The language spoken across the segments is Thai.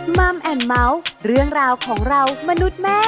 มัมแอนด์เมาส์เรื่องราวของเรามนุษย์แม่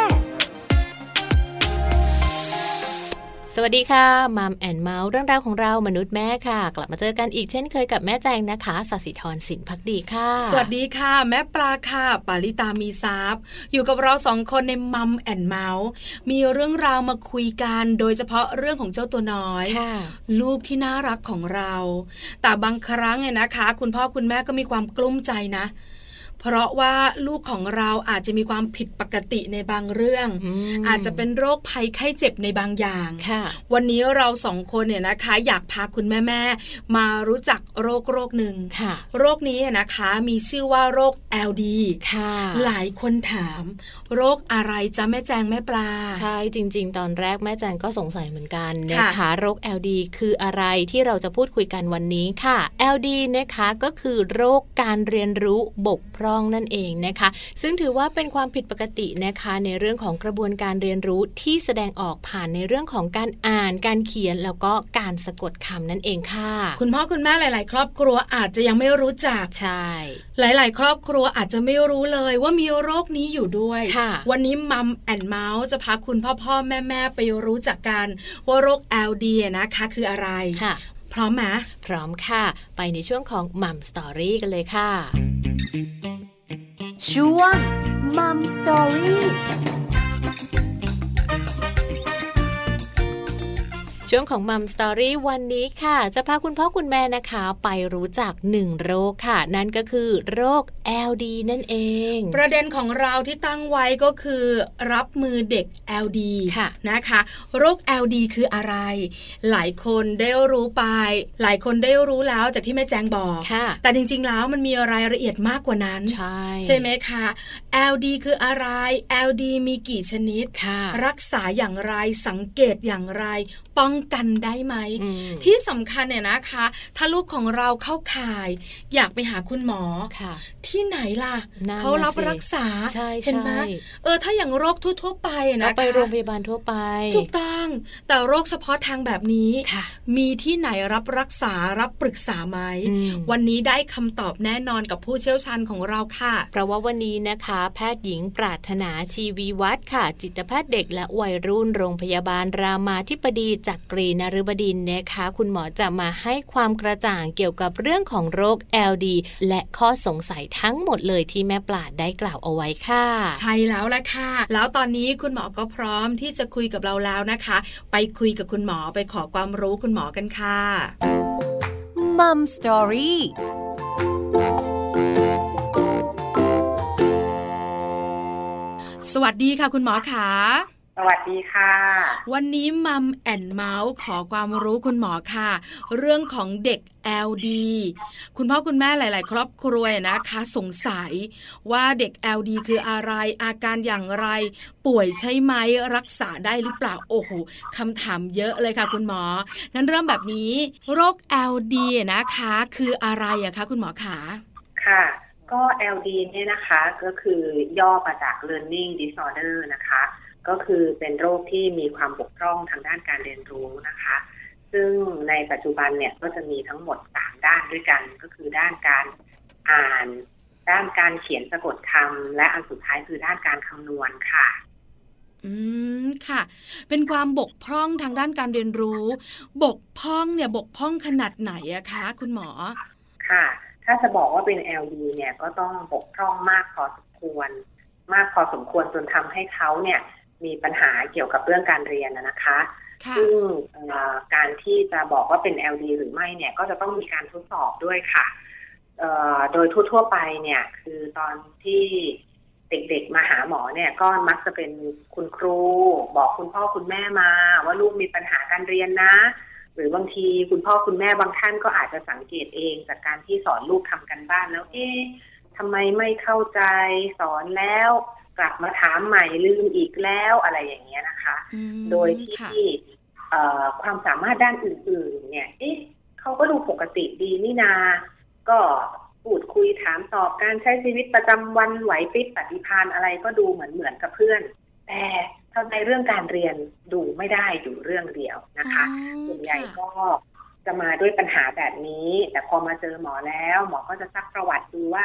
สวัสดีค่ะมัมแอนด์เมาส์เรื่องราวของเรามนุษย์แม่ค่ะกลับมาเจอกันอีกเช่นเคยกับแม่แจงนะคะศศิธรสินภักดีค่ะสวัสดีค่ะแม่ปลาค่ะปาริตามีซับอยู่กับเราสองคนในมัมแอนด์เมาส์มีเรื่องราวมาคุยกันโดยเฉพาะเรื่องของเจ้าตัวน้อยลูกที่น่ารักของเราแต่บางครั้งเนี่ยนะคะคุณพ่อคุณแม่ก็มีความกลุ้มใจนะเพราะว่าลูกของเราอาจจะมีความผิดปกติในบางเรื่องอาจจะเป็นโรคภัยไข้เจ็บในบางอย่างวันนี้เราสองคนเนี่ยนะคะอยากพาคุณแม่ๆมารู้จักโรคหนึ่งโรคนี้นะคะมีชื่อว่าโรค LD หลายคนถามโรคอะไรจ๊ะแม่แจงแม่ปลาใช่จริงๆตอนแรกแม่แจงก็สงสัยเหมือนกันนะคะโรค LD คืออะไรที่เราจะพูดคุยกันวันนี้ค่ะ LD นะคะก็คือโรคการเรียนรู้บกพร่องนั่นเองนะคะซึ่งถือว่าเป็นความผิดปกตินะคะในเรื่องของกระบวนการเรียนรู้ที่แสดงออกผ่านในเรื่องของการอ่านการเขียนแล้วก็การสะกดคำนั่นเองค่ะคุณพ่อคุณแม่หลายๆครอบครัวอาจจะยังไม่รู้จักใช่หลายๆครอบครัวอาจจะไม่รู้เลยว่ามีโรคนี้อยู่ด้วยวันนี้มัมแอนด์เมาส์จะพาคุณพ่อแม่ไปรู้จักกันว่าโรค LD นะคะคืออะไรพร้อมไหมพร้อมค่ะไปในช่วงของมัมสตอรี่กันเลยค่ะช่วงมัมสตอรี่ช่วงของมัมสตอรี่วันนี้ค่ะจะพาคุณพ่อคุณแม่นะคะไปรู้จัก1โรคค่ะนั่นก็คือโรค LD นั่นเองประเด็นของเราที่ตั้งไว้ก็คือรับมือเด็ก LD นะคะโรค LD คืออะไรหลายคนได้รู้ไปหลายคนได้รู้แล้วจากที่แม่แจงบอกแต่จริงๆแล้วมันมีรายละเอียดมากกว่านั้นใช่ไหมคะ LD คืออะไร LD มีกี่ชนิดรักษาอย่างไรสังเกตอย่างไรป้องกันได้ไหมที่สำคัญเนี่ยนะคะถ้าลูกของเราเข้าข่ายอยากไปหาคุณหมอที่ไหนล่ะเขารับรักษาเห็นไหมถ้าอย่างโรคทั่วๆไปนะไปโรงพยาบาลทั่วไปถูกต้องแต่โรคเฉพาะทางแบบนี้มีที่ไหนรับรักษารับปรึกษาไหมวันนี้ได้คำตอบแน่นอนกับผู้เชี่ยวชาญของเราค่ะเพราะว่าวันนี้นะคะแพทย์หญิงปรารถนาชีวีวัฒน์ค่ะจิตแพทย์เด็กและวัยรุ่นโรงพยาบาลรามาธิบดีจักรีนฤบดินทร์นะคะคุณหมอจะมาให้ความกระจ่างเกี่ยวกับเรื่องของโรค LD และข้อสงสัยทั้งหมดเลยที่แม่ปลาได้กล่าวเอาไว้ค่ะใช่แล้วล่ะค่ะแล้วตอนนี้คุณหมอก็พร้อมที่จะคุยกับเราแล้วนะคะไปคุยกับคุณหมอไปขอความรู้คุณหมอกันค่ะมัมสตอรี่สวัสดีค่ะคุณหมอขาสวัสดีค่ะวันนี้มัมแอนด์เมาส์ขอความรู้คุณหมอค่ะเรื่องของเด็ก LD คุณพ่อคุณแม่หลายๆครอบครัวนะคะสงสัยว่าเด็ก LD คืออะไรอาการอย่างไรป่วยใช่ไหมรักษาได้หรือเปล่าโอ้โหคำถามเยอะเลยค่ะคุณหมองั้นเริ่มแบบนี้โรค LD นะคะคืออะไรอะคะคุณหมอขาค่ะก็ LD เนี่ยนะคะก็คือย่อมาจาก Learning Disorder นะคะก็คือเป็นโรคที่มีความบกพร่องทางด้านการเรียนรู้นะคะซึ่งในปัจจุบันเนี่ยก็จะมีทั้งหมด3ด้านด้วยกันก็คือด้านการอ่านด้านการเขียนสะกดคำและอันสุดท้ายคือด้านการคำนวณค่ะค่ะเป็นความบกพร่องทางด้านการเรียนรู้บกพร่องเนี่ยบกพร่องขนาดไหนอะคะคุณหมอค่ะถ้าจะบอกว่าเป็น LD เนี่ยก็ต้องบกพร่องมากพอสมควรจนทำให้เขาเนี่ยมีปัญหาเกี่ยวกับเรื่องการเรียนนะคะซึ่งการที่จะบอกว่าเป็น LD หรือไม่เนี่ยก็จะต้องมีการทดสอบด้วยค่ะโดยทั่วๆไปเนี่ยคือตอนที่เด็กๆมาหาหมอเนี่ยก็มักจะเป็นคุณครูบอกคุณพ่อคุณแม่มาว่าลูกมีปัญหาการเรียนนะหรือบางทีคุณพ่อคุณแม่บางท่านก็อาจจะสังเกตเองจากการที่สอนลูกทำกันบ้านแล้วทำไมไม่เข้าใจสอนแล้วกลับมาถามใหม่ลืมอีกแล้วอะไรอย่างเงี้ยนะคะโดยที่ความสามารถด้านอื่นๆเนี่ยเขาก็ดูปกติดีนี่นาก็พูดคุยถามตอบการใช้ชีวิตประจำวันไหวพริบปฏิภาณอะไรก็ดูเหมือนกับเพื่อนแต่ในเรื่องการเรียนดูไม่ได้อยู่เรื่องเดียวนะคะส่วนใหญ่ก็จะมาด้วยปัญหาแบบนี้แต่พอมาเจอหมอแล้วหมอก็จะซักประวัติดูว่า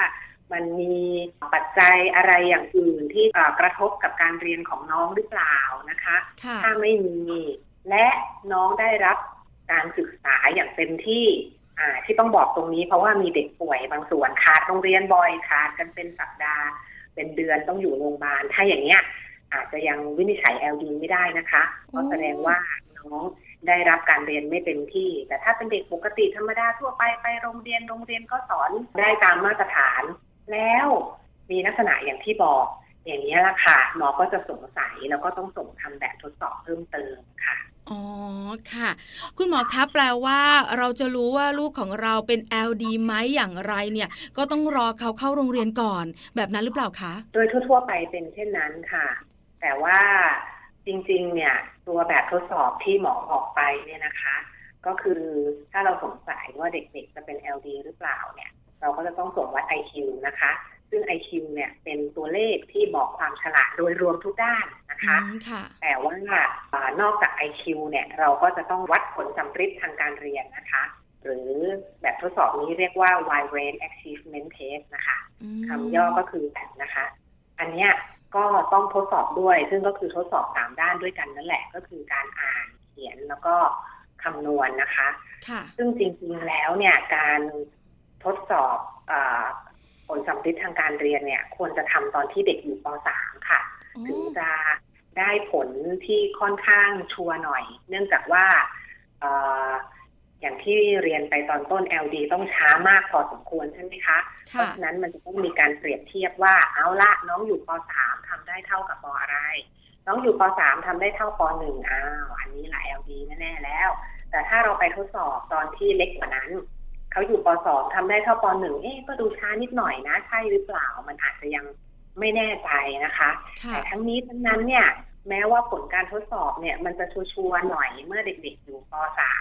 มันมีปัจจัยอะไรอย่างอื่นที่กระทบกับการเรียนของน้องหรือเปล่านะคะถ้าไม่มีและน้องได้รับการศึกษาอย่างเต็มที่ที่ต้องบอกตรงนี้เพราะว่ามีเด็กป่วยบางส่วนขาดโรงเรียนบ่อยขาดกันเป็นสัปดาห์เป็นเดือนต้องอยู่โรงพยาบาลถ้าอย่างเนี้ยอาจจะยังวินิจฉัย LD ไม่ได้นะคะก็แสดงว่าน้องได้รับการเรียนไม่เต็มที่แต่ถ้าเป็นเด็กปกติธรรมดาทั่วไปโรงเรียนก็สอนได้ตามมาตรฐานแล้วมีลักษณะอย่างที่บอกอย่างนี้ละค่ะหมอก็จะสงสัยแล้วก็ต้องส่งทำแบบทดสอบเพิ่มเติมค่ะอ๋อค่ะคุณหมอคะแปลว่าเราจะรู้ว่าลูกของเราเป็น LD ไหมอย่างไรเนี่ยก็ต้องรอเขาเข้าโรงเรียนก่อนแบบนั้นหรือเปล่าคะโดยทั่วๆไปเป็นเช่นนั้นค่ะแต่ว่าจริงๆเนี่ยตัวแบบทดสอบที่หมอบอกไปเนี่ยนะคะก็คือถ้าเราสงสัยว่าเด็กๆจะเป็น LD หรือเปล่าเนี่ยเราก็จะต้องส่งวัด IQ นะคะซึ่ง IQ เนี่ยเป็นตัวเลขที่บอกความฉลาดโดยรวมทุกด้านนะคะแต่ว่านอกจาก IQ เนี่ยเราก็จะต้องวัดผลสำเร็จทางการเรียนนะคะหรือแบบทดสอบนี้เรียกว่า Wide Range Achievement Test นะคะคำย่อก็คือแบบนะคะอันเนี้ยก็ต้องทดสอบด้วยซึ่งก็คือทดสอบ3ด้านด้วยกันนั่นแหละก็คือการอ่านเขียนแล้วก็คำนวณนะคะซึ่งจริงๆแล้วเนี่ยการทดสอบผลสำเร็จทางการเรียนเนี่ยควรจะทำตอนที่เด็กอยู่ป.3 ค่ะถึงจะได้ผลที่ค่อนข้างชัวร์หน่อยเนื่องจากว่าอย่างที่เรียนไปตอนต้น LD ต้องช้ามากพอสมควรใช่ไหมคะเพราะฉะนั้นมันจะต้องมีการเปรียบเทียบว่าเอาละน้องอยู่ป.3 ทำได้เท่ากับป.อะไรน้องอยู่ป.3 ทำได้เท่าป.1 อันนี้แหละ LD แน่ๆแล้วแต่ถ้าเราไปทดสอบตอนที่เล็กกว่านั้นเขาอยู่ป.2 ทำได้เท่าป.1 ก็ดูช้านิดหน่อยนะใช่หรือเปล่ามันอาจจะยังไม่แน่ใจนะคะแต่ทั้งนี้ทั้งนั้นเนี่ยแม้ว่าผลการทดสอบเนี่ยมันจะชัวร์ๆหน่อยเมื่อเด็กๆอยู่ป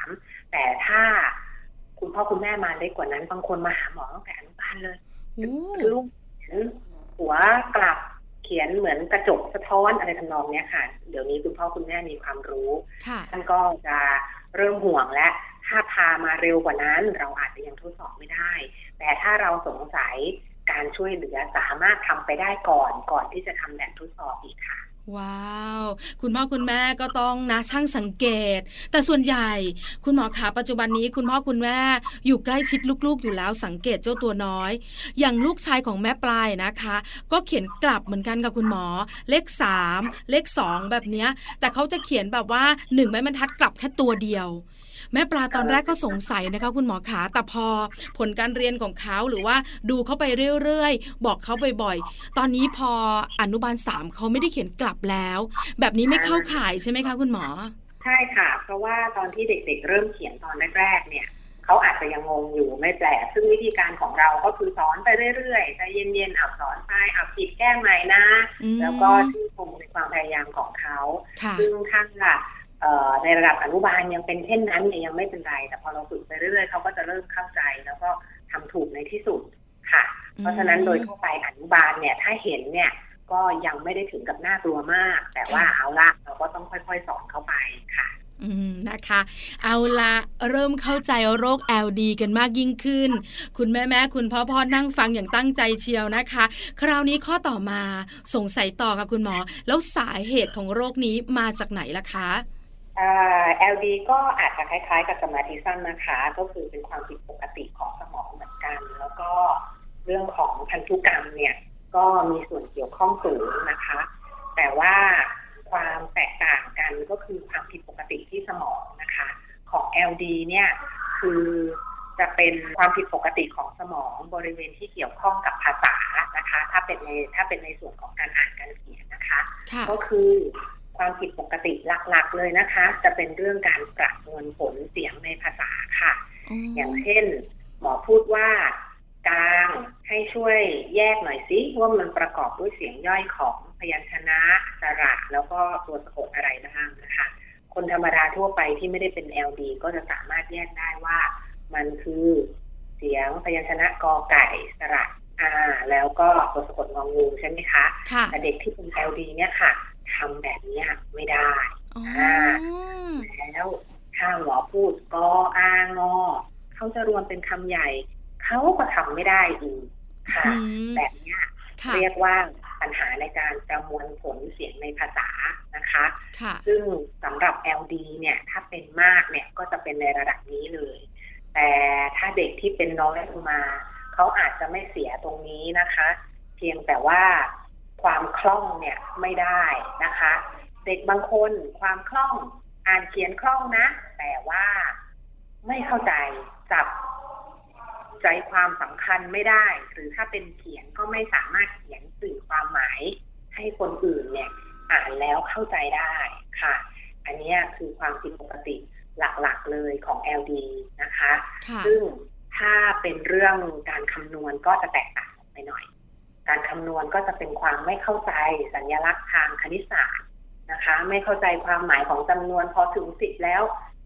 .3 แต่ถ้าคุณพ่อคุณแม่มาเล็กกว่านั้นบางคนมาหาหมอตั้งแต่อนุบาลเลยลูกหัวกลับเขียนเหมือนกระจกสะท้อนอะไรทำนองนี้ค่ะเดี๋ยวนี้คุณพ่อคุณแม่มีความรู้ท่านก็จะเริ่มห่วงและถ้าพามาเร็วกว่านั้นเราอาจจะยังทดสอบไม่ได้แต่ถ้าเราสงสัยการช่วยเหลือสามารถทำไปได้ก่อนที่จะทำแบบทดสอบอีกค่ะว้าวคุณพ่อคุณแม่ก็ต้องนะช่างสังเกตแต่ส่วนใหญ่คุณหมอคะปัจจุบันนี้คุณพ่อคุณแม่อยู่ใกล้ชิดลูกๆอยู่แล้วสังเกตเจ้าตัวน้อยอย่างลูกชายของแม่ปลายนะคะก็เขียนกลับเหมือนกันกับคุณหมอเลข3เลข2แบบเนี้ยแต่เขาจะเขียนแบบว่า1ไม้บรรทัดกลับแค่ตัวเดียวแม่ปลาตอนแรกก็สงสัยนะคะคุณหมอขาแต่พอผลการเรียนของเขาหรือว่าดูเขาไปเรื่อยๆบอกเขาบ่อยๆตอนนี้พออนุบาล3เขาไม่ได้เขียนกลับแล้วแบบนี้ไม่เข้าข่ายใช่ไหมคะคุณหมอใช่ค่ะเพราะว่าตอนที่เด็กๆเริ่มเขียนตอนแรกๆเนี่ยเขาอาจจะยังงงอยู่ไม่แปลกซึ่งวิธีการของเราก็คือสอนไปเรื่อยๆใจเย็นๆสอนไปผิดแก้ใหม่นะแล้วก็ชื่นชมในความพยายามของเขาซึ่งถ้าในระดับอนุบาลยังเป็นเช่นนั้นเนี่ยยังไม่เป็นไรแต่พอเราฝึกไปเรื่อยๆเขาก็จะเริ่มเข้าใจแล้วก็ทำถูกในที่สุดค่ะเพราะฉะนั้นโดยทั่วไปอนุบาลเนี่ยถ้าเห็นเนี่ยก็ยังไม่ได้ถึงกับน่ากลัวมากแต่ว่าเอาละเราก็ต้องค่อยๆสอนเข้าไปค่ะนะคะเอาละเริ่มเข้าใจโรค LD กันมากยิ่งขึ้นคุณแม่ๆคุณพ่อนั่งฟังอย่างตั้งใจเชียวนะคะคราวนี้ข้อต่อมาสงสัยต่อค่ะคุณหมอแล้วสาเหตุของโรคนี้มาจากไหนล่ะคะ LD ก็อาจจะคล้ายๆกับสมาธิสั้นนะคะก็คือเป็นความผิดปกติของสมองเหมือนกันแล้วก็เรื่องของพันธุกรรมเนี่ยก็มีส่วนเกี่ยวข้องสูงนะคะแต่ว่าความแตกต่างกันก็คือความผิดปกติที่สมองนะคะของ LD เนี่ยคือจะเป็นความผิดปกติของสมองบริเวณที่เกี่ยวข้องกับภาษานะคะถ้าเป็นในส่วนของการอ่านการเขียนนะคะก็คือความผิดปกติหลักๆเลยนะคะจะเป็นเรื่องการประมวลผลเสียงในภาษาค่ะอย่างเช่นหมอพูดว่ากลางให้ช่วยแยกหน่อยสิว่ามันประกอบด้วยเสียงย่อยของพยัญชนะสระแล้วก็ตัวสะกดอะไรบ้างนะคะคนธรรมดาทั่วไปที่ไม่ได้เป็น LD ก็จะสามารถแยกได้ว่ามันคือเสียงพยัญชนะกอไก่สระแล้วก็ตัวสะกดงองูใช่ไหมคะแต่เด็กที่เป็น LD เนี่ยค่ะทำแบบนี้ไม่ได้แล้วถ้าหมอพูดกออางอเขาจะรวมเป็นคำใหญ่เขาก็ทำไม่ได้อีกค่ะแบบนี้เรียกว่าปัญหาในการประมวลผลเสียงในภาษานะคะซึ่งสำหรับ LD เนี่ยถ้าเป็นมากเนี่ยก็จะเป็นในระดับนี้เลยแต่ถ้าเด็กที่เป็นน้อยลงมาเขาอาจจะไม่เสียตรงนี้นะคะเพียงแต่ว่าความคล่องเนี่ยไม่ได้นะคะเด็กบางคนความคล่องอ่านเขียนคล่องนะแต่ว่าไม่เข้าใจจับใจความสำคัญไม่ได้หรือถ้าเป็นเขียนก็ไม่สามารถเขียนสื่อความหมายให้คนอื่นเนี่ยอ่านแล้วเข้าใจได้ค่ะอันนี้คือความผิดปกติหลักๆเลยของ LD นะคะซึ่งถ้าเป็นเรื่องการคำนวณก็จะแตกต่างไปหน่อยการคำนวณก็จะเป็นความไม่เข้าใจสัญลักษณ์ทางคณิตศาสตร์นะคะไม่เข้าใจความหมายของจำนวนพอถึง10แล้ว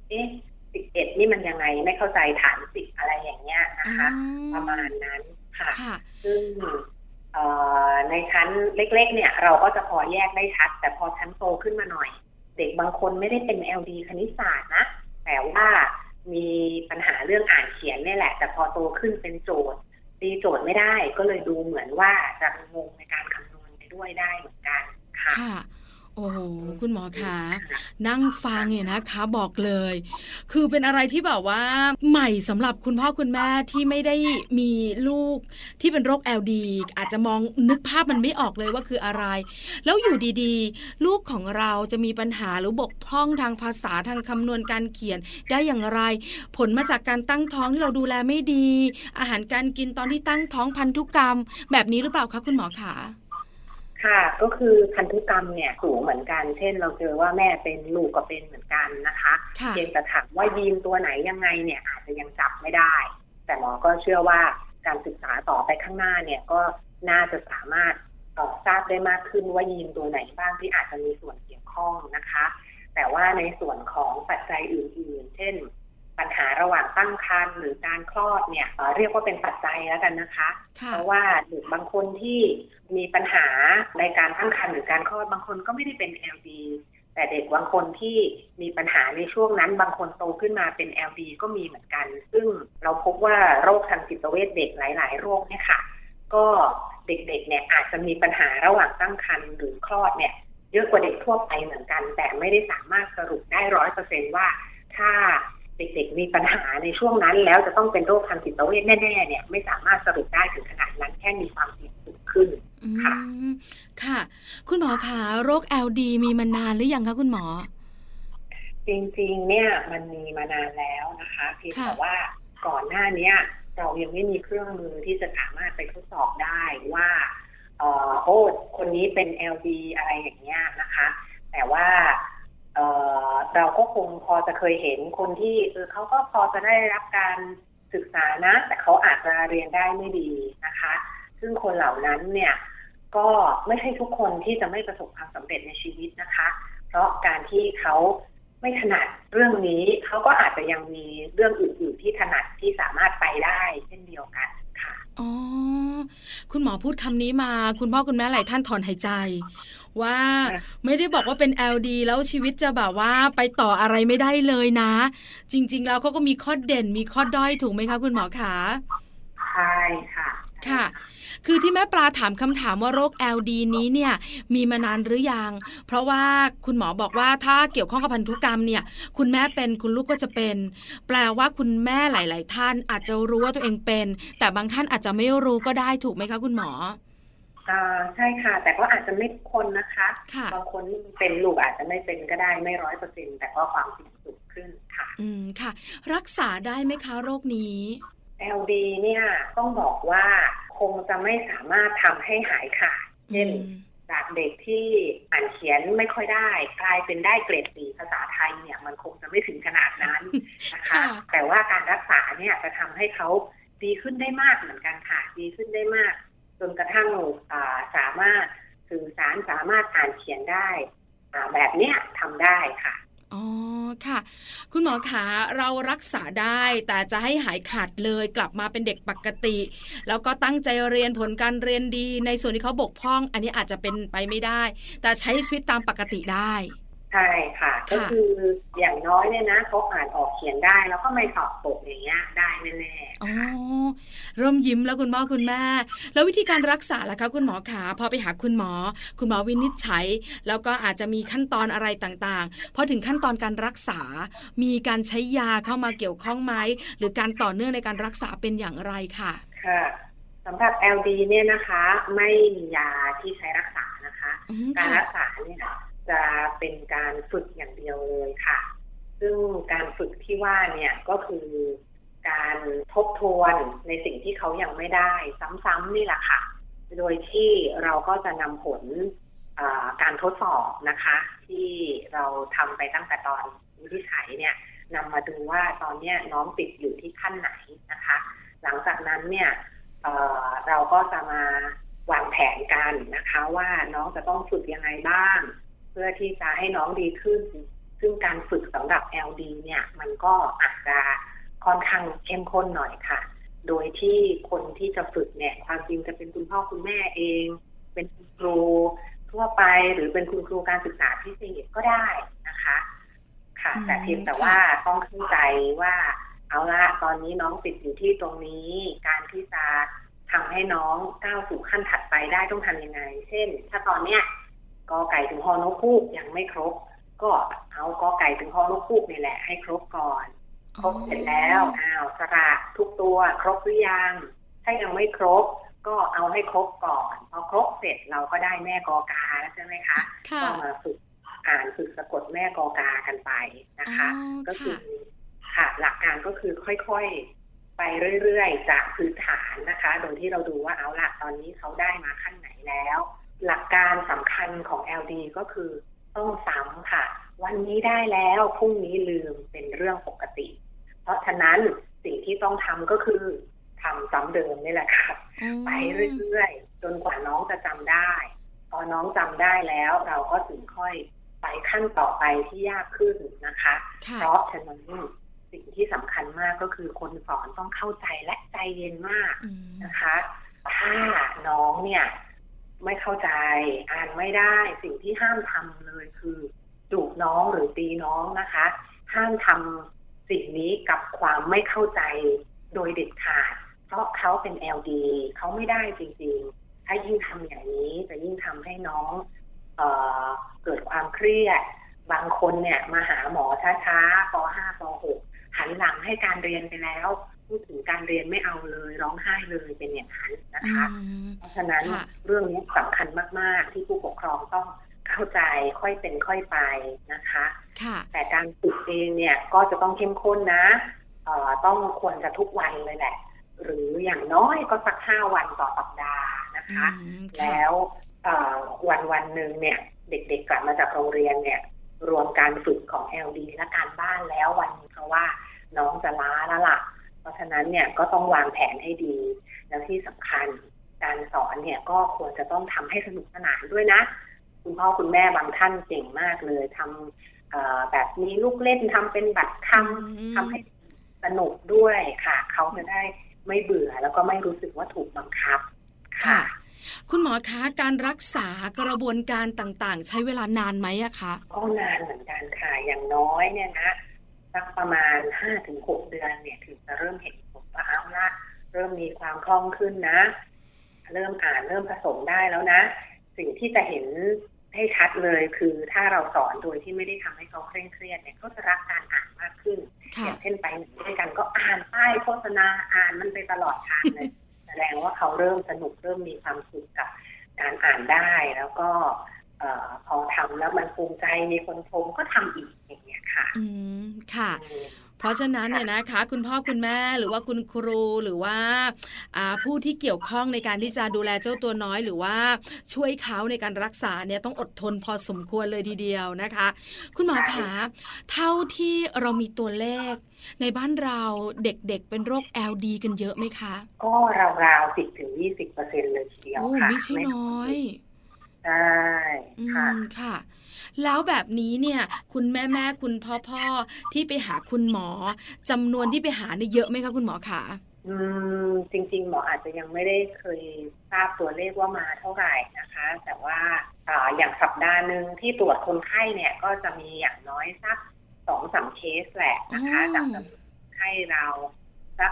11นี่มันยังไงไม่เข้าใจฐาน10อะไรอย่างเงี้ยนะคะประมาณนั้นค่ะซึ่งในชั้นเล็กๆเนี่ยเราก็จะพอแยกได้ชัดแต่พอชั้นโตขึ้นมาหน่อยเด็กบางคนไม่ได้เป็น LD คณิตศาสตร์นะแต่ว่ามีปัญหาเรื่องอ่านเขียนนี่แหละแต่พอโตขึ้นเป็นโจทย์ตีโจทย์ไม่ได้ก็เลยดูเหมือนว่าจะงงในการคำนวณไปด้วยได้เหมือนกันค่ะโอ้โหคุณหมอคะนั่งฟังเนี่ยนะคะบอกเลยคือเป็นอะไรที่แบบว่าใหม่สำหรับคุณพ่อคุณแม่ที่ไม่ได้มีลูกที่เป็นโรค LD อาจจะมองนึกภาพมันไม่ออกเลยว่าคืออะไรแล้วอยู่ดีๆลูกของเราจะมีปัญหาหรือบกพร่องทางภาษาทางคำนวณการเขียนได้อย่างไรผลมาจากการตั้งท้องที่เราดูแลไม่ดีอาหารการกินตอนที่ตั้งท้องพันธุกรรมแบบนี้หรือเปล่าคะคุณหมอคะค่ะก็คือพันธุกรรมเนี่ยสูงเหมือนกันเช่นเราเจอว่าแม่เป็นลูกก็เป็นเหมือนกันนะคะเพียงแต่ถามว่ายีนตัวไหนยังไงเนี่ยอาจจะยังจับไม่ได้แต่หมอก็เชื่อว่าการศึกษาต่อไปข้างหน้าเนี่ยก็น่าจะสามารถทราบได้มากขึ้นว่ายีนตัวไหนบ้างที่อาจจะมีส่วนเกี่ยวข้องนะคะแต่ว่าในส่วนของปัจจัยอื่นๆเช่นปัญหาระหว่างตั้งครรภ์หรือการคลอดเนี่ยเรียกว่าเป็นปัจจัยแล้วกันนะคะเพราะว่าเด็กบางคนที่มีปัญหาในการตั้งครรภ์หรือการคลอดบางคนก็ไม่ได้เป็น LD แต่เด็กบางคนที่มีปัญหาในช่วงนั้นบางคนโตขึ้นมาเป็น LD ก็มีเหมือนกันซึ่งเราพบว่าโรคทางจิตเวชเด็กหลายๆโรคเนี่ยค่ะก็เด็กๆเนี่ยอาจจะมีปัญหาระหว่างตั้งครรภ์หรือคลอดเนี่ยเยอะกว่าเด็กทั่วไปเหมือนกันแต่ไม่ได้สามารถสรุปได้ 100% ว่าถ้าเด็กๆมีปัญหาในช่วงนั้นแล้วจะต้องเป็นโรคทางจิตเวชแน่ๆเนี่ยไม่สามารถสรุปได้ถึงขนาดนั้นแค่มีความเสี่ยงสูงขึ้นค่ะค่ะคุณหมอคะโรค LD มีมานานหรือยังคะคุณหมอจริงๆเนี่ยมันมีมานานแล้วนะคะเพียงแต่ว่าก่อนหน้านี้เรายังไม่มีเครื่องมือที่จะสามารถไปทดสอบได้ว่าคนนี้เป็น LD อะไรอย่างเงี้ยนะคะแต่ว่าเราก็คงพอจะเคยเห็นคนที่เขาก็พอจะได้รับการศึกษานะแต่เขาอาจจะเรียนได้ไม่ดีนะคะซึ่งคนเหล่านั้นเนี่ยก็ไม่ใช่ทุกคนที่จะไม่ประสบความสำเร็จในชีวิตนะคะเพราะการที่เขาไม่ถนัดเรื่องนี้เขาก็อาจจะยังมีเรื่องอื่นๆที่ถนัดที่สามารถไปได้เช่นเดียวกันค่ะอ๋อคุณหมอพูดคำนี้มาคุณพ่อคุณแม่หลายท่านถอนหายใจว่าไม่ได้บอกว่าเป็น LD แล้วชีวิตจะแบบว่าไปต่ออะไรไม่ได้เลยนะจริงๆแล้วเขาก็มีข้อเด่นมีข้อด้อยถูกไหมคะคุณหมอคะใช่ค่ะค่ะคือที่แม่ปลาถามคำถามว่าโรค LD นี้เนี่ยมีมานานหรือยังเพราะว่าคุณหมอบอกว่าถ้าเกี่ยวข้องกับพันธุกรรมเนี่ยคุณแม่เป็นคุณลูกก็จะเป็นแปลว่าคุณแม่หลายๆท่านอาจจะรู้ว่าตัวเองเป็นแต่บางท่านอาจจะไม่รู้ก็ได้ถูกไหมคะคุณหมอใช่ค่ะแต่ก็อาจจะไม่ทุกคนนะคะบางคนเป็นลูกอาจจะไม่เป็นก็ได้ไม่ 100% แต่ก็ความเสี่ยงสูงขึ้นค่ะค่ะรักษาได้ไหมคะโรคนี้ LD เนี่ยต้องบอกว่าคงจะไม่สามารถทำให้หายขาดเช่นจากเด็กที่อ่านเขียนไม่ค่อยได้กลายเป็นได้เกรด 4 ภาษาไทยเนี่ยมันคงจะไม่ถึงขนาดนั้นนะคะแต่ว่าการรักษาเนี่ยจะทำให้เขาดีขึ้นได้มากเหมือนกันค่ะดีขึ้นได้มากจนกระทั่งสามารถสื่อสารสามารถอ่านเขียนได้แบบเนี้ยทำได้ค่ะอ๋อค่ะคุณหมอขาเรารักษาได้แต่จะให้หายขาดเลยกลับมาเป็นเด็กปกติแล้วก็ตั้งใจเรียนผลการเรียนดีในส่วนที่เขาบกพร่องอันนี้อาจจะเป็นไปไม่ได้แต่ใช้ชีวิตตามปกติได้ใช่ค่ะก็คืออย่างน้อยเนี่ยนะเขาอ่านออกเขียนได้แล้วก็ไม่สอบตกอย่างเงี้ยได้แน่ๆอ๋อเริ่มยิ้มแล้วคุณพ่อคุณแม่แล้ววิธีการรักษาล่ะคะคุณหมอขาพอไปหาคุณหมอวินิจฉัยแล้วก็อาจจะมีขั้นตอนอะไรต่างๆพอถึงขั้นตอนการรักษามีการใช้ยาเข้ามาเกี่ยวข้องไหมหรือการต่อเนื่องในการรักษาเป็นอย่างไรค่ะค่ะสำหรับ LD เนี่ยนะคะไม่มียาที่ใช้รักษานะคะการรักษาเนี่ยจะเป็นการฝึกอย่างเดียวเลยค่ะซึ่งการฝึกที่ว่าเนี่ยก็คือการทบทวนในสิ่งที่เขายังไม่ได้ซ้ำๆนี่แหละค่ะโดยที่เราก็จะนำผลการทดสอบนะคะที่เราทำไปตั้งแต่ตอนวินิจฉัยเนี่ยนำมาดูว่าตอนนี้น้องติดอยู่ที่ขั้นไหนนะคะหลังจากนั้นเนี่ยเราก็จะมาวางแผนกันนะคะว่าน้องจะต้องฝึกยังไงบ้างเพื่อที่จะให้น้องดีขึ้นซึ่งการฝึกสำหรับ LD เนี่ยมันก็อาจจะค่อนข้างเข้มข้นหน่อยค่ะโดยที่คนที่จะฝึกเนี่ยความจริงจะเป็นคุณพ่อคุณแม่เองเป็นคุณครูทั่วไปหรือเป็นคุณครูการศึกษาพิเศษก็ได้นะคะค่ะแต่เพียงแต่ว่าต้องเข้าใจว่าเอาละตอนนี้น้องติดอยู่ที่ตรงนี้การที่จะทำให้น้องก้าวสู่ขั้นถัดไปได้ต้องทำยังไงเช่นถ้าตอนเนี้ยกอไก่ถึงฮอนกฮูกยังไม่ครบก็เอากอไก่ถึงฮอนกฮูกนี่แหละให้ครบก่อนครบเสร็จแล้วสระทุกตัวครบหรือยังถ้ายังไม่ครบก็เอาให้ครบก่อนพอครบเสร็จเราก็ได้แม่กอกาแล้วใช่ไหมคะก็มาฝึกอ่านฝึกสะกดแม่กอกากันไปนะคะก็คือค่ะหลักการก็คือค่อยๆไปเรื่อยๆจากพื้นฐานนะคะโดยที่เราดูว่าเอาละตอนนี้เขาได้มาขั้นไหนแล้วหลักการสำคัญของ LD ก็คือต้องซ้ำค่ะวันนี้ได้แล้วพรุ่งนี้ลืมเป็นเรื่องปกติเพราะฉะนั้นสิ่งที่ต้องทำก็คือทำซ้ำเดิมนี่แหละค่ะไปเรื่อยๆจนกว่าน้องจะจำได้พอน้องจำได้แล้วเราก็ถึงค่อยไปขั้นต่อไปที่ยากขึ้นนะคะเพราะฉะนั้นสิ่งที่สำคัญมากก็คือคนสอนต้องเข้าใจและใจเย็นมากนะคะถ้าน้องเนี่ยไม่เข้าใจอ่านไม่ได้สิ่งที่ห้ามทำเลยคือดุน้องหรือตีน้องนะคะห้ามทำสิ่งนี้กับความไม่เข้าใจโดยเด็ดขาดเพราะเขาเป็น LD เขาไม่ได้จริงๆถ้ายิ่งทำอย่างนี้จะยิ่งทำให้น้องเกิดความเครียดบางคนเนี่ยมาหาหมอช้าๆป.5 ป.6 หันหลังให้การเรียนไปแล้วพูดถึงการเรียนไม่เอาเลยร้องไห้เลยเป็นอย่างนั้นนะคะเพราะฉะนั้นเรื่องนี้สำคัญมากๆที่ผู้ปกครองต้องเข้าใจค่อยเป็นค่อยไปนะคะแต่การฝึกเองเนี่ยก็จะต้องเข้มข้นนะต้องควรจะทุกวันเลยแหละหรืออย่างน้อยก็สัก5 วันต่อสัปดาห์นะคะแล้ววันหนึ่งเนี่ยเด็กๆกลับมาจากโรงเรียนเนี่ยรวมการฝึกของ LD และการบ้านแล้ววันนี้เพราะว่าน้องจะล้าแล้วล่ะเพราะฉะนั้นเนี่ยก็ต้องวางแผนให้ดีแล้วที่สำคัญการสอนเนี่ยก็ควรจะต้องทำให้สนุกสนานด้วยนะคุณพ่อคุณแม่บางท่านเก่งมากเลยทำแบบมีลูกเล่นทำเป็นบัตรทำให้สนุกด้วยค่ะเขาจะได้ไม่เบื่อแล้วก็ไม่รู้สึกว่าถูกบังคับค่ะคุณหมอคะการรักษากระบวนการต่างๆใช้เวลานานไหมอะคะก็นานเหมือนกันค่ะอย่างน้อยเนี่ยนะสักประมาณ 5-6 เดือนเนี่ยถึงจะเริ่มเห็นผลว่าเอาละเริ่มมีความคล่องขึ้นนะเริ่มอ่านเริ่มผสมได้แล้วนะสิ่งที่จะเห็นให้ชัดเลยคือถ้าเราสอนโดยที่ไม่ได้ทำให้เขาเคร่งเครียดเนี่ยก็จะรักการอ่านมากขึ้นอย่างเช่นไปด้วยกันก็อ่านป้ายโฆษณาอ่านมันไปตลอดทางเลยแสดงว่าเขาเริ่มสนุกเริ่มมีความสุขกับการอ่านได้แล้วก็พอทำแล้วมันภูมิใจมีคนชมก็ทำอีกอย่างเงี้ยค่ะค่ะเพราะฉะนั้นเนี่ยนะคะคุณพ่อคุณแม่หรือว่าคุณครูหรือว่าผู้ที่เกี่ยวข้องในการที่จะดูแลเจ้าตัวน้อยหรือว่าช่วยเขาในการรักษาเนี่ยต้องอดทนพอสมควรเลยทีเดียวนะคะคุณหมอคะเท่าที่เรามีตัวเลขในบ้านเราเด็กๆเป็นโรค LD กันเยอะไหมคะก็ราวๆ 10-20% เลยทีเดียวค่ะไม่ใช่น้อยใช่ค่ะแล้วแบบนี้เนี่ยคุณแม่คุณพ่อที่ไปหาคุณหมอจำนวนที่ไปหาเนี่ยเยอะไหมคะคุณหมอคะจริงๆหมออาจจะยังไม่ได้เคยทราบตัวเลขว่ามาเท่าไหร่นะคะแต่ว่าอย่างสัปดาห์นึงที่ตรวจคนไข้เนี่ยก็จะมีอย่างน้อยสัก 2-3 เคสแหละนะคะจากจำนวนไข้เราสัก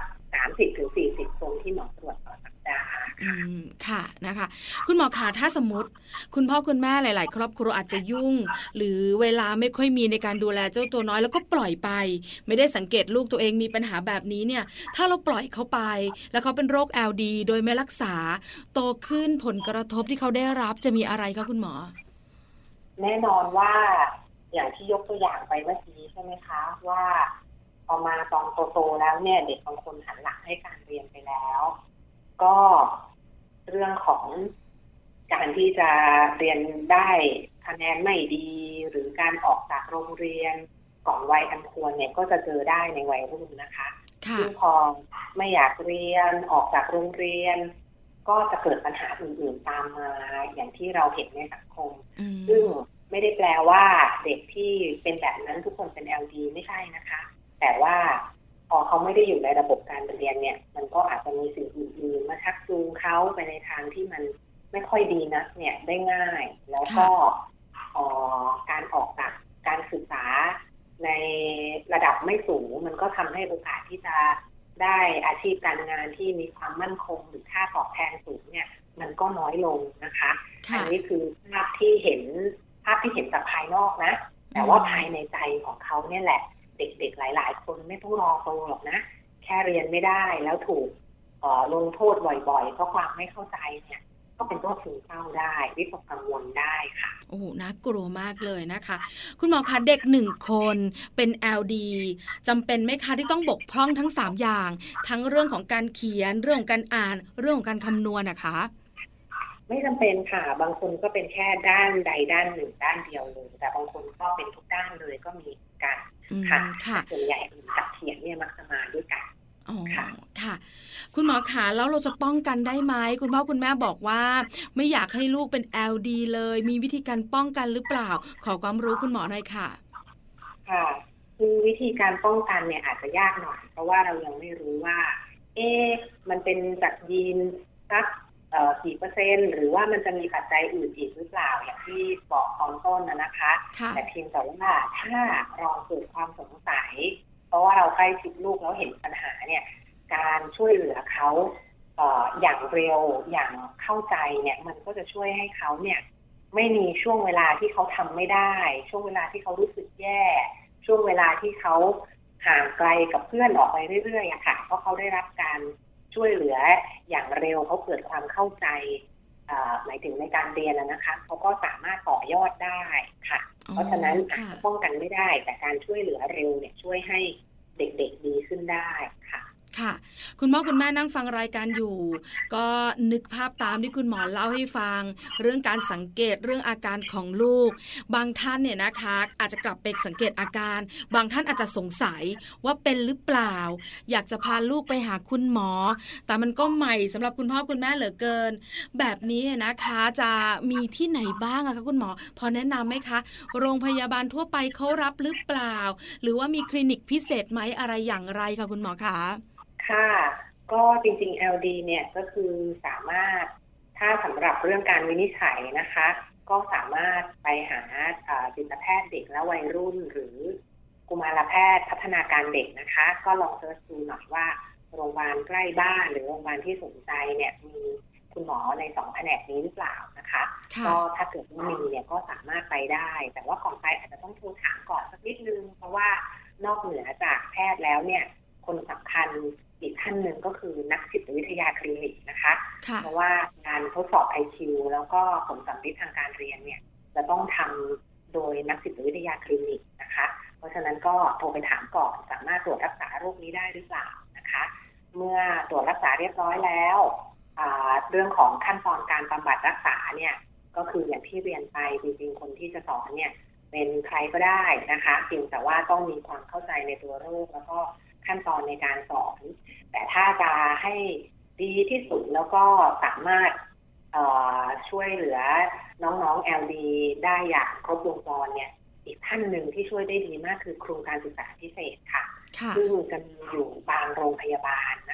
30-40 คนที่หมอตรวจต่อสัปดาห์ค่ะนะคะคุณหมอคะถ้าสมมติคุณพ่อคุณแม่หลายๆครอบครัวอาจจะยุ่งหรือเวลาไม่ค่อยมีในการดูแลเจ้าตัวน้อยแล้วก็ปล่อยไปไม่ได้สังเกตลูกตัวเองมีปัญหาแบบนี้เนี่ยถ้าเราปล่อยเขาไปแล้วเขาเป็นโรค LD โดยไม่รักษาโตขึ้นผลกระทบที่เขาได้รับจะมีอะไรคะคุณหมอแน่นอนว่าอย่างที่ยกตัวอย่างไปเมื่อกี้ใช่ไหมคะว่าพอมาตอนโตๆแล้วเนี่ยเด็กบางคนหันหลังให้การเรียนไปแล้วก็เรื่องของการที่จะเรียนได้คะแนนไม่ดีหรือการออกจากโรงเรียนก่อนวัยอันควรเนี่ยก็จะเจอได้ในวัยรุ่นนะคะซึ่งพอไม่อยากเรียนออกจากโรงเรียนก็จะเกิดปัญหาอื่นๆตามมาอย่างที่เราเห็นในสังคมซึ่งไม่ได้แปลว่าเด็กที่เป็นแบบนั้นทุกคนเป็น LD ไม่ใช่นะคะแต่ว่าพอเขาไม่ได้อยู่ในระบบการเรียนเนี่ยมันก็อาจจะมีสิ่งอื่นๆมาชักจูงเขาไปในทางที่มันไม่ค่อยดีนักเนี่ยได้ง่ายแล้วก็การออกจากการศึกษาในระดับไม่สูงมันก็ทำให้โอกาสที่จะได้อาชีพการงานที่มีความมั่นคงหรือค่าตอบแทนสูงเนี่ยมันก็น้อยลงนะคะอันนี้คือภาพที่เห็นจากภายนอกนะแต่ว่าภายในใจของเขาเนี่ยแหละเด็กๆหลายๆคนไม่ต้องรอโตหรอกนะแค่เรียนไม่ได้แล้วถูกลงโทษบ่อยๆเพราะความไม่เข้าใจเนี่ยก็เป็นโรคซึมเศร้าได้วิตกกังวลได้ค่ะโอ้โหน่ากลัวมากเลยนะคะคุณหมอคะเด็ก1คนเป็น LD จำเป็นไหมคะที่ต้องบกพร่องทั้ง3อย่างทั้งเรื่องของการเขียนเรื่องของการอ่านเรื่องของการคำนวณนะคะไม่จำเป็นค่ะบางคนก็เป็นแค่ด้านใดด้านหนึ่งด้านเดียวเลยแต่บางคนก็เป็นทุกด้านเลยก็มีกันค่ะส่วนใหญ่กับเขียนเนี่ยมักจะมาด้วยกันอ๋อค่ะคุณหมอขาแล้วเราจะป้องกันได้ไหมคุณพ่อคุณแม่บอกว่าไม่อยากให้ลูกเป็น LD เลยมีวิธีการป้องกันหรือเปล่าขอความรู้คุณหมอหน่อยค่ะค่ะคือวิธีการป้องกันเนี่ยอาจจะยากหน่อยเพราะว่าเรายังไม่รู้ว่ามันเป็นจากยีนสักกี่เปอร์เซ็นต์หรือว่ามันจะมีปัจจัยอื่นอีกหรือเปล่าอย่างที่บอกตอนต้นนะคะแต่เพียงแต่ว่าถ้าเราเกิดความสงสัยเพราะว่าเราใกล้ชิดลูกแล้วเห็นปัญหาเนี่ยการช่วยเหลือเขาอย่างเร็วอย่างเข้าใจเนี่ยมันก็จะช่วยให้เขาเนี่ยไม่มีช่วงเวลาที่เขาทำไม่ได้ช่วงเวลาที่เขารู้สึกแย่ช่วงเวลาที่เขาห่างไกลกับเพื่อนออกไปเรื่อยๆค่ะเพราะเขาได้รับการช่วยเหลืออย่างเร็วเขาเกิดความเข้าใจหมายถึงในการเรียนนะคะเขาก็สามารถต่อยอดได้ค่ะเพราะฉะนั้นป้องกันไม่ได้แต่การช่วยเหลือเร็วเนี่ยช่วยให้เด็กๆดีขึ้นได้ค่ะค่ะคุณพ่อคุณแม่นั่งฟังรายการอยู่ก็นึกภาพตามที่คุณหมอเล่าให้ฟังเรื่องการสังเกตเรื่องอาการของลูกบางท่านเนี่ยนะคะอาจจะกลับไปสังเกตอาการบางท่านอาจจะสงสัยว่าเป็นหรือเปล่าอยากจะพาลูกไปหาคุณหมอแต่มันก็ใหม่สำหรับคุณพ่อคุณแม่เหลือเกินแบบนี้นะคะจะมีที่ไหนบ้างอะคะคุณหมอพอแนะนำไหมคะโรงพยาบาลทั่วไปเขารับหรือเปล่าหรือว่ามีคลินิกพิเศษไหมอะไรอย่างไรคะคุณหมอคะค่ะก็จริงๆ LD เนี่ยก็คือสามารถถ้าสำหรับเรื่องการวินิจฉัยนะคะก็สามารถไปหาจิตแพทย์เด็กและวัยรุ่นหรือกุมารแพทย์พัฒนาการเด็กนะคะก็ลองเสิร์ชดูหน่อยว่าโรงพยาบาลใกล้บ้านหรือโรงพยาบาลที่สนใจเนี่ยมีคุณหมอใน2แผนกนี้หรือเปล่านะคะก็ถ้าเกิดว่ามีเนี่ยก็สามารถไปได้แต่ว่าก่อนไปอาจจะต้องโทรถามก่อนสักนิดนึงเพราะว่านอกเหนือจากแพทย์แล้วเนี่ยคนสำคัญอีกท่านหนึ่งก็คือนักจิตวิทยาคลินิกนะคะเพราะว่าการทดสอบ IQ แล้วก็ผลสัมฤทธิ์ทางการเรียนเนี่ยจะต้องทำโดยนักจิตวิทยาคลินิกนะคะเพราะฉะนั้นก็โทรไปถามก่อนสามารถตรวจรักษาโรคนี้ได้หรือเปล่านะคะเมื่อตรวจรักษาเรียบร้อยแล้วเรื่องของขั้นตอนการบำบัดรักษาเนี่ยก็คืออย่างที่เรียนไปจริงๆคนที่จะสอนเนี่ยเป็นใครก็ได้นะคะเพียงแต่ว่าต้องมีความเข้าใจในตัวโรคแล้วก็ขั้นตอนในการสอนแต่ถ้าจะให้ดีที่สุดแล้วก็สามารถช่วยเหลือน้องๆ LD ได้อย่างครบวงจรเนี่ยอีกท่านหนึ่งที่ช่วยได้ดีมากคือครูการศึกษาพิเศษค่ะซึ่งจะมีอยู่บางโรงพยาบาลนะคะ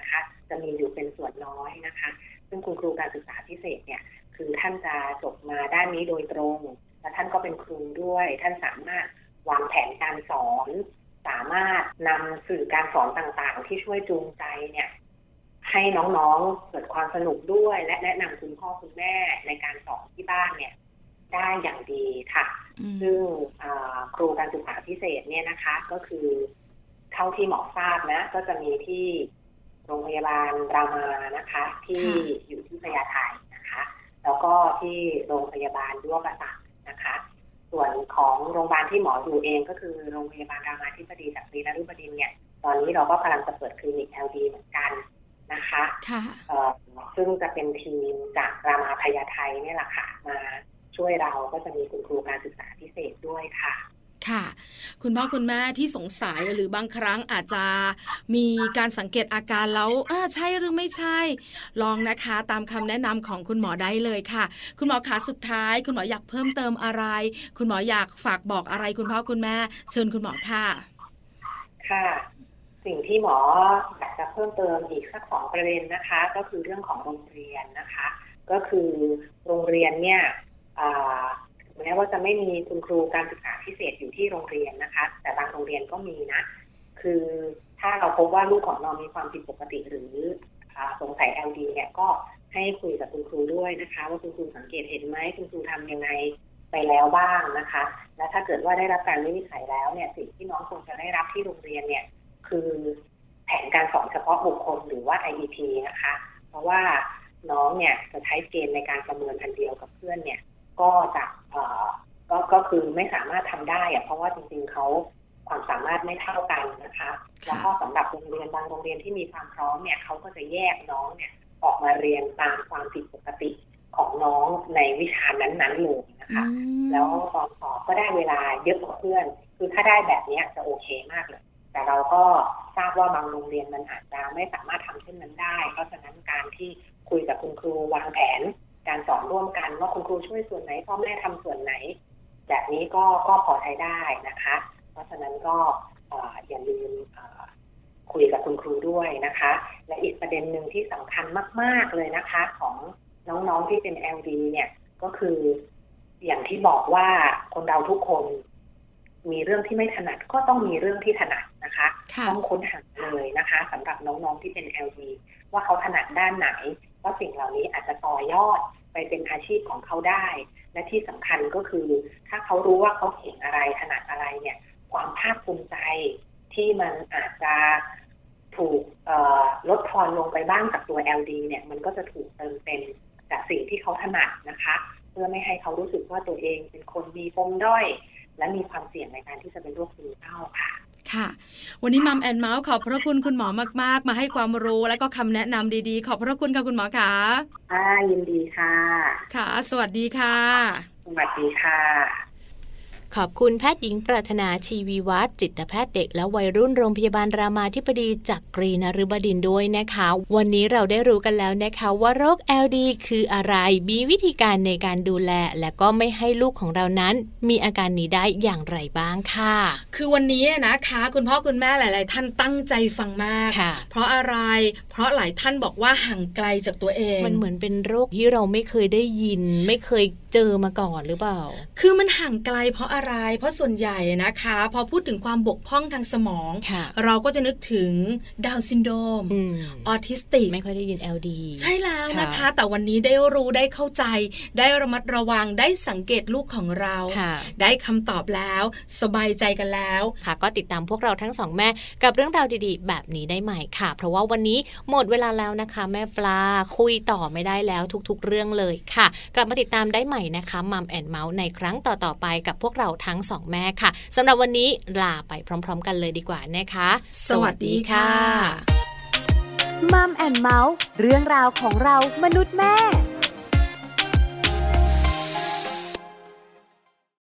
จะมีอยู่เป็นส่วนน้อยนะคะซึ่งคุณครูการศึกษาพิเศษเนี่ยคือท่านจะจบมาด้านนี้โดยตรงและท่านก็เป็นครูด้วยท่านสามารถวางแผนการสอนสามารถนำสื่อการสอนต่างๆที่ช่วยจูงใจเนี่ยให้น้องๆเกิดความสนุกด้วยและแนะนำคุณพ่อคุณแม่ในการสอนที่บ้านเนี่ยได้อย่างดีค่ะซึ่งครูการศึกษาพิเศษเนี่ยนะคะก็คือเท่าที่หมอทราบนะก็จะมีที่โรงพยาบาลรามานะคะที่อยู่ที่พญาไทนะคะแล้วก็ที่โรงพยาบาลยั่วประสาทนะคะส่วนของโรงพยาบาลที่หมออยู่เองก็คือโรงพยาบาลรามาธิบดีจักรีนฤบดินทร์เนี่ยตอนนี้เราก็กำลังจะเปิดคลินิก LD เหมือนกันนะคะซึ่งจะเป็นทีมจากรามาพญาไทเนี่ยแหละค่ะมาช่วยเราก็จะมีคุณครูการศึกษาพิเศษด้วยค่ะค่ะคุณพ่อคุณแม่ที่สงสัยหรือบางครั้งอาจจะมีการสังเกตอาการแล้วใช่หรือไม่ใช่ลองนะคะตามคำแนะนำของคุณหมอได้เลยค่ะคุณหมอขาสุดท้ายคุณหมออยากเพิ่มเติมอะไรคุณหมออยากฝากบอกอะไรคุณพ่อคุณแม่เชิญคุณหมอค่ะค่ะสิ่งที่หมออยากจะเพิ่มเติมอีกสัก2ประเด็นนะคะก็คือเรื่องของโรงเรียนนะคะก็คือโรงเรียนเนี่ยแม้ว่าจะไม่มีคุณครูการศึกษาพิเศษอยู่ที่โรงเรียนนะคะแต่บางโรงเรียนก็มีนะคือถ้าเราพบว่าลูกของเรามีความผิดปกติหรือสงสัย LD เนี่ยก็ให้คุยกับคุณครูด้วยนะคะว่าคุณครูสังเกตเห็นไหมคุณครูทำยังไงไปแล้วบ้างนะคะและถ้าเกิดว่าได้รับการวินิจฉัยแล้วเนี่ยสิ่งที่น้องควรจะได้รับที่โรงเรียนเนี่ยคือแผนการสอนเฉพาะบุคคลหรือว่า IEP นะคะเพราะว่าน้องเนี่ยจะใช้เกณฑ์ในการประเมินอันเดียวกับเพื่อนเนี่ยก็จะก็คือไม่สามารถทำได้เพราะว่าจริงๆเขาความสามารถไม่เท่ากันนะคะแล้วก็สำหรับโรงเรียนบางโรงเรียนที่มีความพร้อมเนี่ยเขาก็จะแยกน้องเนี่ยออกมาเรียนตามความผิดปกติของน้องในวิชานั้นๆเลยนะคะแล้วตอนสอบก็ได้เวลาเยอะกว่าเพื่อนคือถ้าได้แบบนี้จะโอเคมากเลยแต่เราก็ทราบว่าบางโรงเรียนมันอาจจะไม่สามารถทำเช่นนั้นได้เพราะฉะนั้นการที่คุยกับคุณครูวางแผนการสอนร่วมกันว่าคุณครูช่วยส่วนไหนพ่อแม่ทำส่วนไหนแบบนี้ก็พอใช้ได้นะคะเพราะฉะนั้นก็อย่าลืมคุยกับคุณครูด้วยนะคะและอีกประเด็นหนึ่งที่สำคัญมากๆเลยนะคะของน้องๆที่เป็น LD เนี่ยก็คืออย่างที่บอกว่าคนเราทุกคนมีเรื่องที่ไม่ถนัดก็ต้องมีเรื่องที่ถนัดนะคะต้องค้นหาเลยนะคะสำหรับน้องๆที่เป็น LD ว่าเขาถนัดด้านไหนว่าสิ่งเหล่านี้อาจจะต่อยอดไปเป็นอาชีพของเขาได้และที่สำคัญก็คือถ้าเขารู้ว่าเขาเก่งอะไรถนัดอะไรเนี่ยความภาคภูมิใจที่มันอาจจะถูกลดทอนลงไปบ้างจากตัว LD เนี่ยมันก็จะถูกเติมเต็มจากสิ่งที่เขาถนัดนะคะเพื่อไม่ให้เขารู้สึกว่าตัวเองเป็นคนมีปมด้อยและมีความเสี่ยงในการที่จะเป็นโรคซึมเศร้าค่ะค่ะวันนี้มัมแอนด์เมาส์ขอบพระคุณคุณหมอมากๆมาให้ความรู้และก็คำแนะนำดีๆขอบพระคุณค่ะคุณหมอค่ะยินดีค่ะค่ะสวัสดีค่ะสวัสดีค่ะขอบคุณแพทย์หญิงปรารถนาชีวีวัฒน์จิตแพทย์เด็กและวัยรุ่นโรงพยาบาลรามาธิบดีจักรีนฤบดินทร์ด้วยนะคะวันนี้เราได้รู้กันแล้วนะคะว่าโรค LD คืออะไรมีวิธีการในการดูแลและก็ไม่ให้ลูกของเรานั้นมีอาการนี้ได้อย่างไรบ้างค่ะคือวันนี้นะคะคุณพ่อคุณแม่หลายๆท่านตั้งใจฟังมากเพราะอะไรเพราะหลายท่านบอกว่าห่างไกลจากตัวเองมันเหมือนเป็นโรคที่เราไม่เคยได้ยินไม่เคยเจอมาก่อนหรือเปล่าคือมันห่างไกลเพราะอะไรเพราะส่วนใหญ่นะคะพอพูดถึงความบกพร่องทางสมองเราก็จะนึกถึงดาวน์ซินโดรมออทิสติกไม่ค่อยได้ยิน LD ใช่แล้วนะคะแต่วันนี้ได้รู้ได้เข้าใจได้ระมัดระวังได้สังเกตลูกของเราได้คำตอบแล้วสบายใจกันแล้วค่ะก็ติดตามพวกเราทั้งสองแม่กับเรื่องราวดีๆแบบนี้ได้ใหม่ค่ะเพราะว่าวันนี้หมดเวลาแล้วนะคะแม่ปลาคุยต่อไม่ได้แล้วทุกๆเรื่องเลยค่ะกลับมาติดตามได้ใหม่นะคะมัมแอนด์เมาส์ในครั้งต่อๆไปกับพวกเราทั้ง2แม่ค่ะสำหรับวันนี้ลาไปพร้อมๆกันเลยดีกว่านะคะสวัสดีค่ะมัมแอนด์เมาส์เรื่องราวของเรามนุษย์แม่